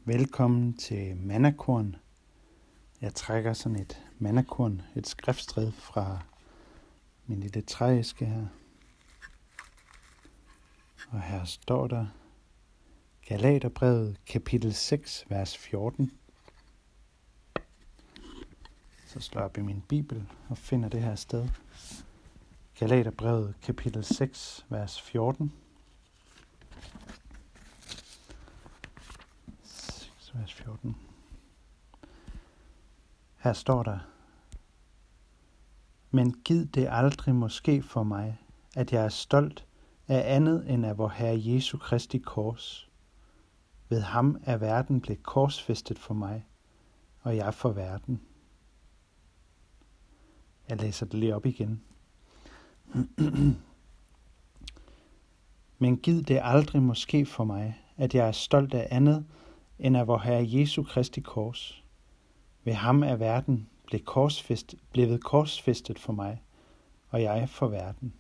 Velkommen til Mannakorn. Jeg trækker sådan et mannakorn, et skriftstred fra min lille trææske her. Og her står der Galaterbrevet kapitel 6, vers 14. Så slår jeg op i min bibel og finder det her sted. Galaterbrevet kapitel 6, vers 14. 6, vers 14. Her står der: Men gid det aldrig måske for mig, at jeg er stolt af andet end af vor Herre Jesu Kristi kors. Ved ham er verden blevet korsfæstet for mig, og jeg for verden. Jeg læser det lige op igen. Men gid det aldrig måske for mig, at jeg er stolt af andet end af vor Herre Jesu Kristi kors. Ved ham er verden blevet korsfæstet for mig, og jeg for verden.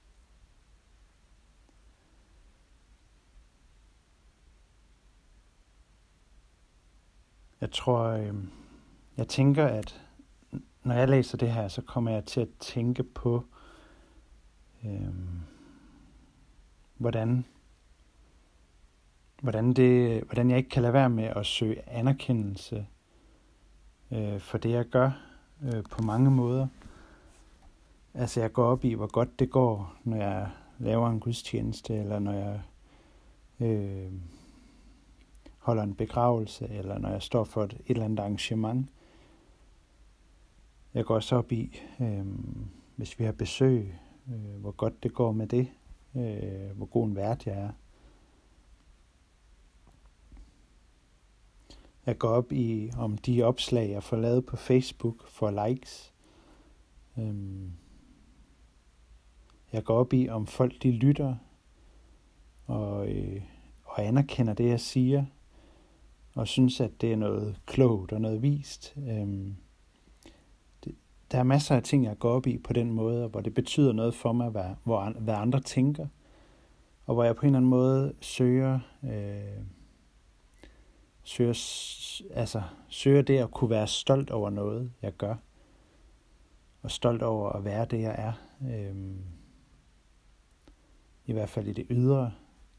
Jeg tænker, at når jeg læser det her, så kommer jeg til at tænke på, hvordan jeg ikke kan lade være med at søge anerkendelse for det, jeg gør på mange måder. Altså, jeg går op i, hvor godt det går, når jeg laver en gudstjeneste, eller når jeg holder en begravelse, eller når jeg står for et eller andet arrangement. Jeg går også op i, hvis vi har besøg, hvor godt det går med det, hvor god en vært jeg er. Jeg går op i, om de opslag, jeg får lavet på Facebook, får likes. Jeg går op i, om folk de lytter og anerkender det, jeg siger, og synes, at det er noget klogt og noget vist. Der er masser af ting, jeg går op i på den måde, hvor det betyder noget for mig, hvad andre tænker, og hvor jeg på en eller anden måde søger det at kunne være stolt over noget, jeg gør, og stolt over at være det, jeg er, i hvert fald i det ydre.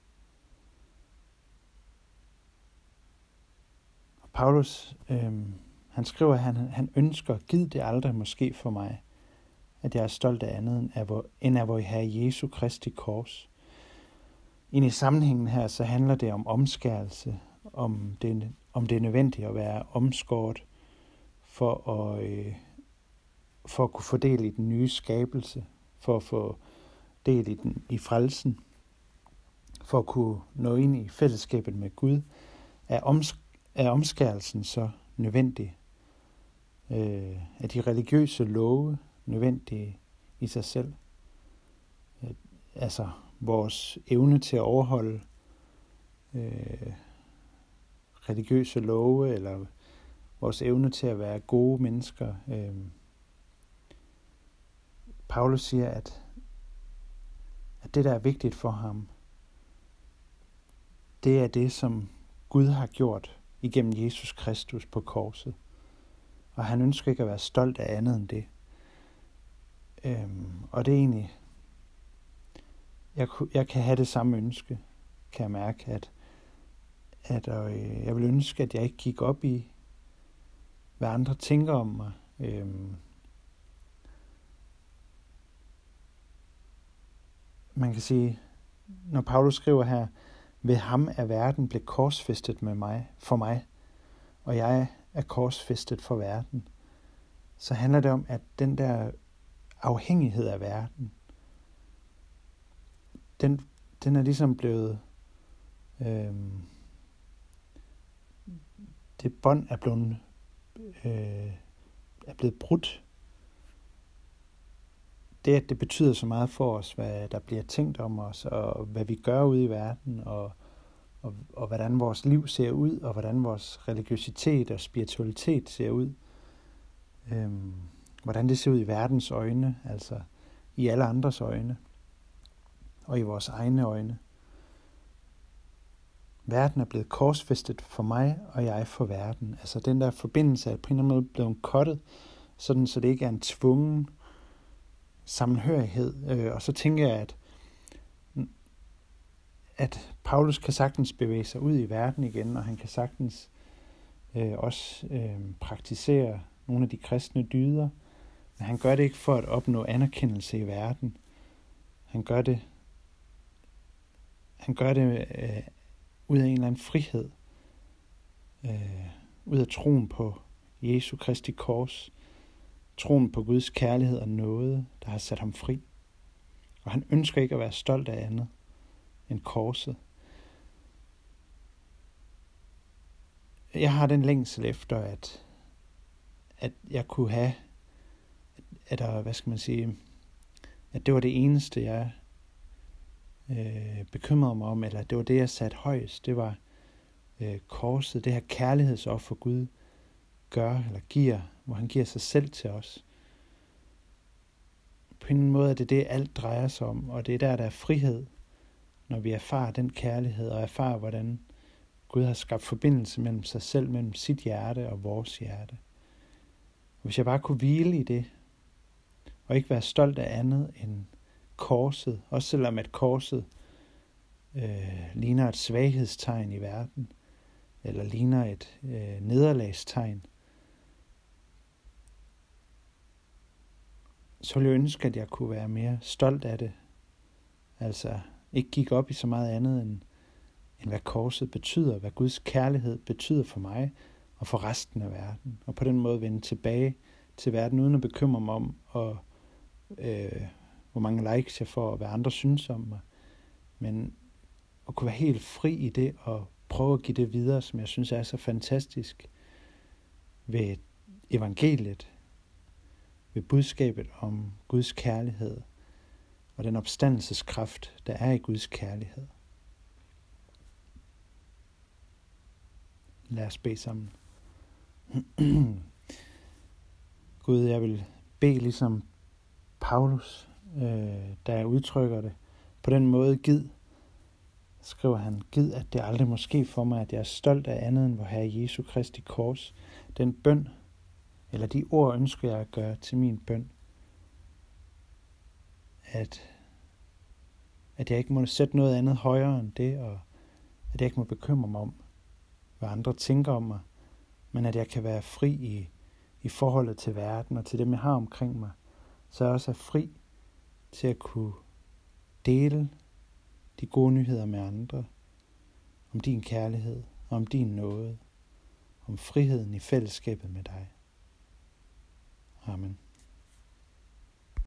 Og Paulus, han skriver, at han ønsker, gid det aldrig måske for mig, at jeg er stolt af andet end af vor Herre Jesu Kristi kors. Ind i sammenhængen her, så handler det om omskærelse, om det er nødvendigt at være omskåret for at kunne få del i den nye skabelse, for at få del i frelsen, for at kunne nå ind i fællesskabet med Gud. Er omskærelsen så nødvendig? Er de religiøse love nødvendige i sig selv? Altså vores evne til at overholde religiøse love, eller vores evne til at være gode mennesker. Paulus siger, at det, der er vigtigt for ham, det er det, som Gud har gjort igennem Jesus Kristus på korset. Og han ønsker ikke at være stolt af andet end det. Og det er egentlig, jeg kan have det samme ønske, kan jeg mærke, at jeg vil ønske, at jeg ikke gik op i, hvad andre tænker om mig. Man kan sige, når Paulus skriver her, ved ham er verden blevet korsfæstet for mig, og jeg er korsfæstet for verden, så handler det om, at den der afhængighed af verden, den er ligesom blevet, det bånd er blevet brudt. Det, at det betyder så meget for os, hvad der bliver tænkt om os, og hvad vi gør ude i verden, og hvordan vores liv ser ud, og hvordan vores religiøsitet og spiritualitet ser ud. Hvordan det ser ud i verdens øjne, altså i alle andres øjne, og i vores egne øjne. verden er blevet korsfæstet for mig, og jeg for verden. Altså den der forbindelse er på en eller anden måde blevet cuttet, sådan så det ikke er en tvungen sammenhørighed. Og så tænker jeg, at Paulus kan sagtens bevæge sig ud i verden igen, og han kan sagtens også praktisere nogle af de kristne dyder, men han gør det ikke for at opnå anerkendelse i verden. Han gør det ud af en eller anden frihed, ud af troen på Jesu Kristi kors, troen på Guds kærlighed og nåde, der har sat ham fri. Og han ønsker ikke at være stolt af andet end korset. Jeg har den længsel efter, at jeg kunne have, at det var det eneste, jeg bekymrede mig om, eller det var det, jeg satte højst. Det var korset, det her kærlighedsoffer Gud gør eller giver, hvor han giver sig selv til os. På en måde er det alt drejer sig om, og det er der er frihed, når vi erfarer den kærlighed og erfarer, hvordan Gud har skabt forbindelse mellem sig selv, mellem sit hjerte og vores hjerte. Hvis jeg bare kunne hvile i det, og ikke være stolt af andet end korset, også selvom at korset ligner et svaghedstegn i verden, eller ligner et nederlagstegn, så ville jeg ønske, at jeg kunne være mere stolt af det. Altså ikke gik op i så meget andet, end hvad korset betyder, hvad Guds kærlighed betyder for mig og for resten af verden. Og på den måde vende tilbage til verden, uden at bekymre mig om, hvor mange likes jeg får, og hvad andre synes om mig. Men at kunne være helt fri i det, og prøve at give det videre, som jeg synes er så fantastisk ved evangeliet, ved budskabet om Guds kærlighed, og den opstandelseskraft, der er i Guds kærlighed. Lad os bede sammen. Gud, jeg vil bede ligesom Paulus, der udtrykker det. På den måde skriver han, gid at det aldrig må ske for mig, at jeg er stolt af andet end vor Herre Jesu Kristi kors. Den bøn, eller de ord ønsker jeg at gøre til min bøn. At jeg ikke må sætte noget andet højere end det, og at jeg ikke må bekymre mig om, hvad andre tænker om mig, men at jeg kan være fri i forholdet til verden og til dem, jeg har omkring mig, så jeg også er fri til at kunne dele de gode nyheder med andre, om din kærlighed, om din nåde, om friheden i fællesskabet med dig.